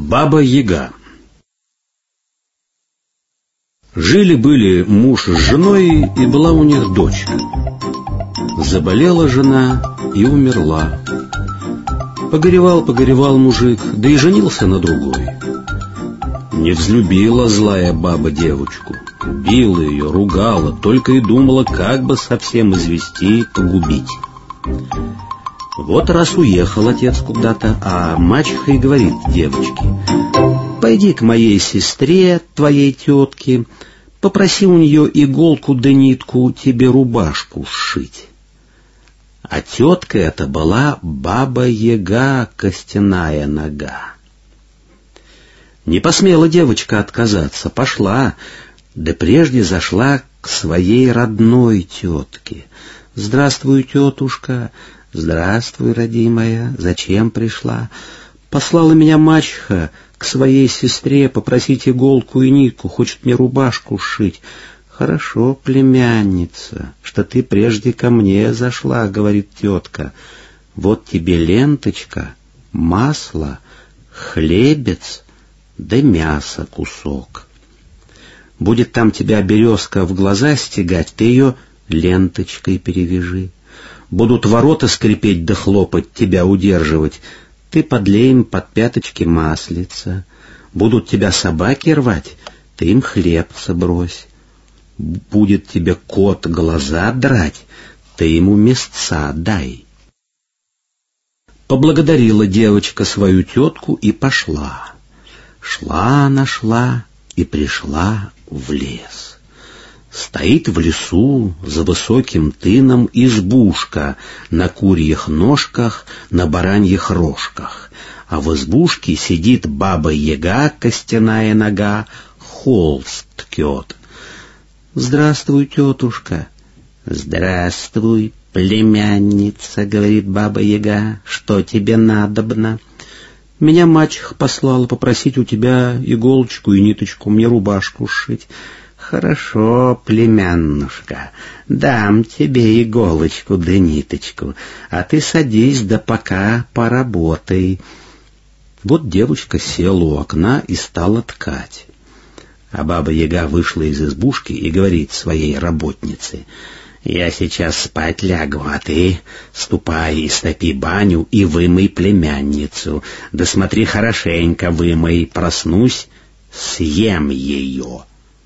Баба-Яга. Жили-были муж с женой, и была у них дочка. Заболела жена и умерла. Погоревал мужик, да и женился на другой. Не взлюбила злая баба девочку, била ее, ругала, только и думала, как бы совсем извести, погубить. Вот раз уехал отец куда-то, а мачеха и говорит девочке: «Пойди к моей сестре, твоей тетке, попроси у нее иголку да нитку тебе рубашку сшить». А тетка эта была Баба-Яга, костяная нога. Не посмела девочка отказаться, пошла, да прежде зашла к своей родной тетке. «Здравствуй, тетушка». «Здравствуй, родимая, зачем пришла?» «Послала меня мачеха к своей сестре попросить иголку и нитку, хочет мне рубашку сшить». «Хорошо, племянница, что ты прежде ко мне зашла», — говорит тетка. «Вот тебе ленточка, масло, хлебец да мясо кусок. Будет там тебя березка в глаза стегать, ты ее ленточкой перевяжи. Будут ворота скрипеть да хлопать, тебя удерживать, ты подлей им под пяточки маслица. Будут тебя собаки рвать, ты им хлебца брось. Будет тебе кот глаза драть, ты ему мясца дай». Поблагодарила девочка свою тетку и пошла. Шла она, шла и пришла в лес. Стоит в лесу за высоким тыном избушка на курьих ножках, на бараньих рожках, а в избушке сидит Баба-Яга, костяная нога, холст ткет. «Здравствуй, тетушка». «Здравствуй, племянница», — говорит Баба-Яга, — «что тебе надобно?» «Меня мачеха послала попросить у тебя иголочку и ниточку, мне рубашку сшить». «Хорошо, племяннушка, дам тебе иголочку да ниточку, а ты садись да пока поработай». Вот девочка села у окна и стала ткать. А Баба-Яга вышла из избушки и говорит своей работнице: «Я сейчас спать лягу, а ты ступай, истопи баню и вымой племянницу. Да смотри хорошенько вымой, проснусь, съем ее».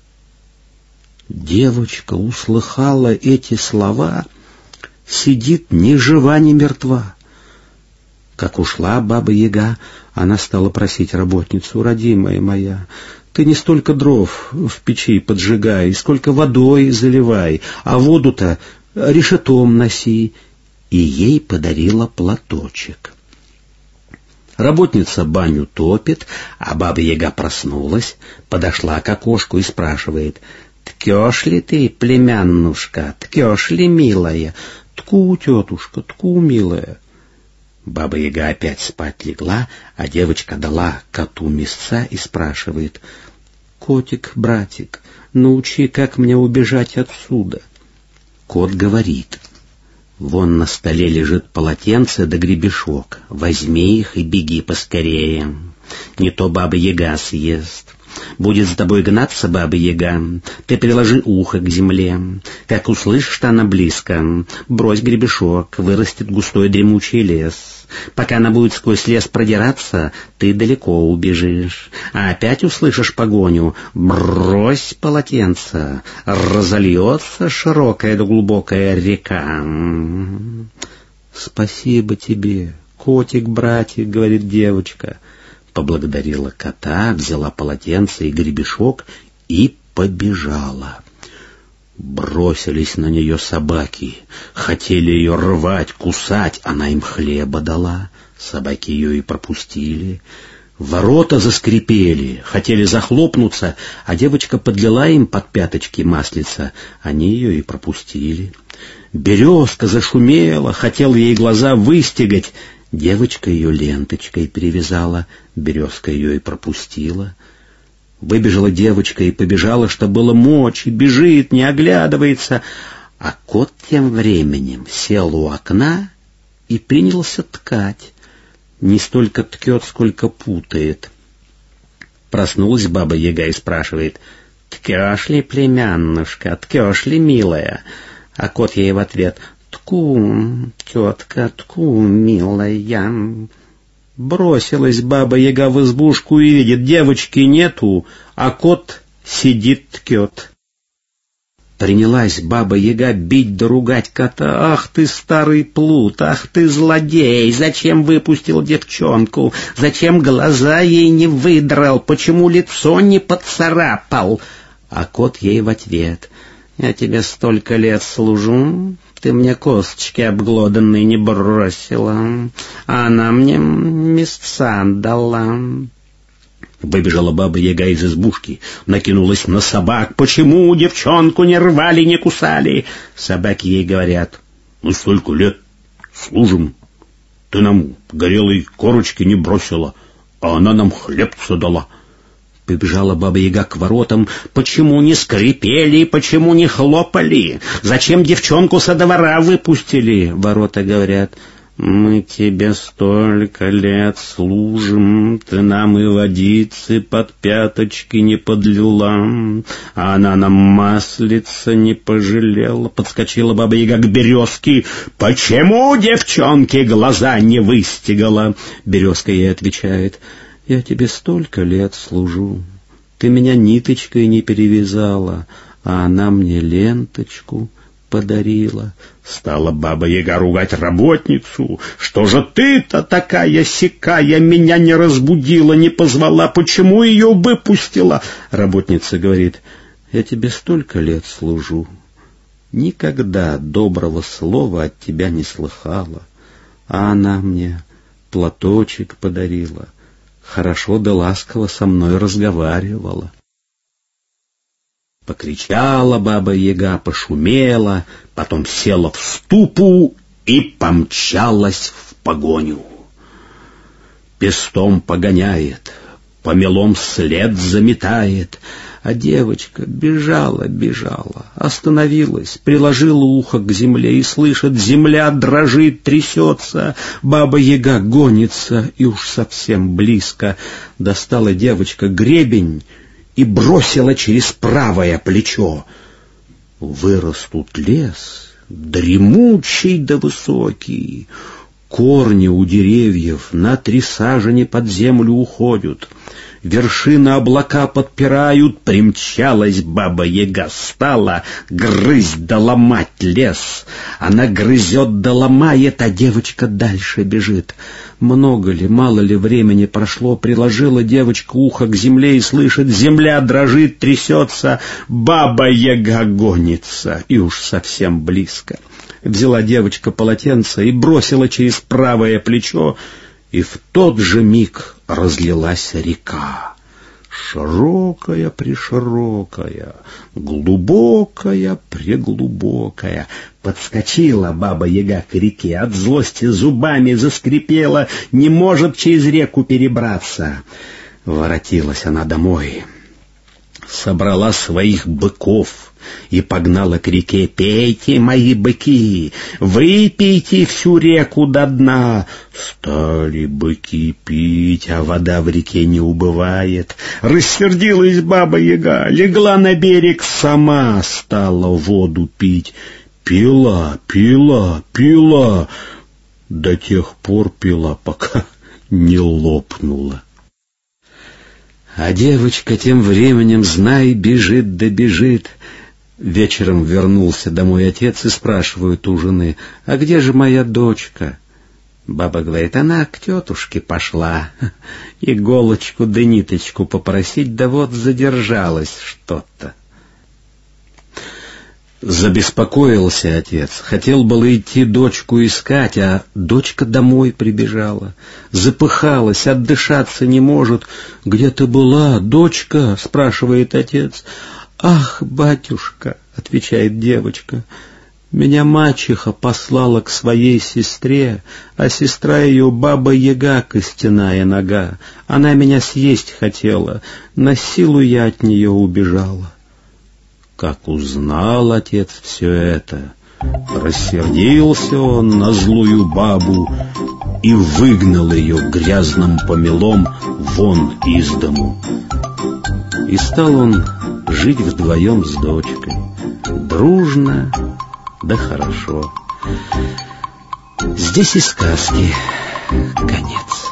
Девочка услыхала эти слова, сидит ни жива, ни мертва. Как ушла Баба-Яга, она стала просить работницу: «Родимая моя, ты не столько дров в печи поджигай, сколько водой заливай, а воду-то решетом носи». И ей подарила платочек. Работница баню топит, а Баба-Яга проснулась, подошла к окошку и спрашивает: «Ткешь ли ты, племяннушка, ткешь ли, милая?» «Тку, тетушка, тку, милая». Баба-Яга опять спать легла, а девочка дала коту мясца и спрашивает: «Котик, братик, научи, как мне убежать отсюда». Кот говорит: «Вон на столе лежит полотенце да гребешок, возьми их и беги поскорее, не то Баба-Яга съест». Будет с тобой гнаться Баба-Яга, ты приложи ухо к земле. Как услышишь, что она близко, брось гребешок, вырастет густой дремучий лес. Пока она будет сквозь лес продираться, ты далеко убежишь. А опять услышишь погоню, брось полотенце, разольется широкая да глубокая река». «Спасибо тебе, котик-братик», — говорит девочка. Поблагодарила кота, взяла полотенце и гребешок и побежала. Бросились на нее собаки, хотели ее рвать, кусать, она им хлеба дала, собаки ее и пропустили. Ворота заскрипели, хотели захлопнуться, а девочка подлила им под пяточки маслица, они ее и пропустили. Березка зашумела, хотела ей глаза выстегать, девочка ее ленточкой перевязала, березка ее и пропустила. Выбежала девочка и побежала, что было мочи, бежит, не оглядывается, а кот тем временем сел у окна и принялся ткать. Не столько ткет, сколько путает. проснулась Баба-Яга и спрашивает: «Ткешь ли, племяннушка, ткешь ли, милая?» А кот ей в ответ: «Тку, тетка, тку, милая». Бросилась Баба-Яга в избушку и видит, девочки нету, а кот сидит ткет. Принялась Баба-Яга бить да ругать кота. «Ах ты, старый плут, ах ты, злодей! Зачем выпустил девчонку? Зачем глаза ей не выдрал? Почему лицо не поцарапал?» А кот ей в ответ: «Я тебе столько лет служу, ты мне косточки обглоданные не бросила, а она мне мясца дала». Выбежала Баба-Яга из избушки, накинулась на собак. «Почему девчонку не рвали, не кусали?» Собаки ей говорят: «Мы столько лет служим, ты нам горелой корочки не бросила, а она нам хлебца дала». Побежала Баба-Яга к воротам. «Почему не скрипели, почему не хлопали? Зачем девчонку со двора выпустили?» Ворота говорят: «Мы тебе столько лет служим, ты нам и водицы под пяточки не подлила, а она нам маслица не пожалела». Подскочила Баба-Яга к березке: «Почему девчонке глаза не выстигала?» Березка ей отвечает: «Я тебе столько лет служу, ты меня ниточкой не перевязала, а она мне ленточку подарила». Стала Баба-Яга ругать работницу: «Что же ты-то такая-сякая, меня не разбудила, не позвала, почему ее выпустила?» Работница говорит: «Я тебе столько лет служу, никогда доброго слова от тебя не слыхала, а она мне платочек подарила, хорошо да ласково со мной разговаривала». Покричала Баба-Яга, пошумела, потом села в ступу и помчалась в погоню. Пестом погоняет, помелом след заметает, а девочка бежала, остановилась, приложила ухо к земле и слышит: земля дрожит, трясется, Баба-Яга гонится и уж совсем близко. Достала девочка гребень и бросила через правое плечо. Вырос тут лес, дремучий да высокий, корни у деревьев на 3 сажени под землю уходят, вершины облака подпирают. Примчалась Баба-Яга, стала грызть да ломать лес. Она грызет да ломает, а девочка дальше бежит. Много ли, мало ли времени прошло, приложила девочка ухо к земле и слышит: земля дрожит, трясется, Баба-Яга гонится и уж совсем близко. Взяла девочка полотенце и бросила через правое плечо, и в тот же миг разлилась река. Широкая-приширокая, глубокая-преглубокая. Подскочила Баба-Яга к реке, от злости зубами заскрипела, не может через реку перебраться. Воротилась она домой, собрала своих быков и погнала к реке: «Пейте, мои быки, выпейте всю реку до дна». Стали быки пить, а вода в реке не убывает. Рассердилась Баба-Яга, легла на берег, сама стала воду пить. Пила до тех пор пила, пока не лопнула. А девочка тем временем, знай, бежит да бежит. Вечером вернулся домой отец и спрашивает у жены: «А где же моя дочка?» Баба говорит: «Она к тетушке пошла иголочку да ниточку попросить, да вот задержалась что-то». Забеспокоился отец, хотел было идти дочку искать, а дочка домой прибежала, запыхалась, отдышаться не может. «Где ты была, дочка?» — спрашивает отец. «Ах, батюшка, — отвечает девочка, — меня мачеха послала к своей сестре, а сестра ее Баба-Яга, костяная нога. Она меня съесть хотела, на силу я от нее убежала». Как узнал отец все это, рассердился он на злую бабу и выгнал ее грязным помелом вон из дому. И стал он жить вдвоем с дочкой. Дружно, да хорошо. Здесь и сказки конец.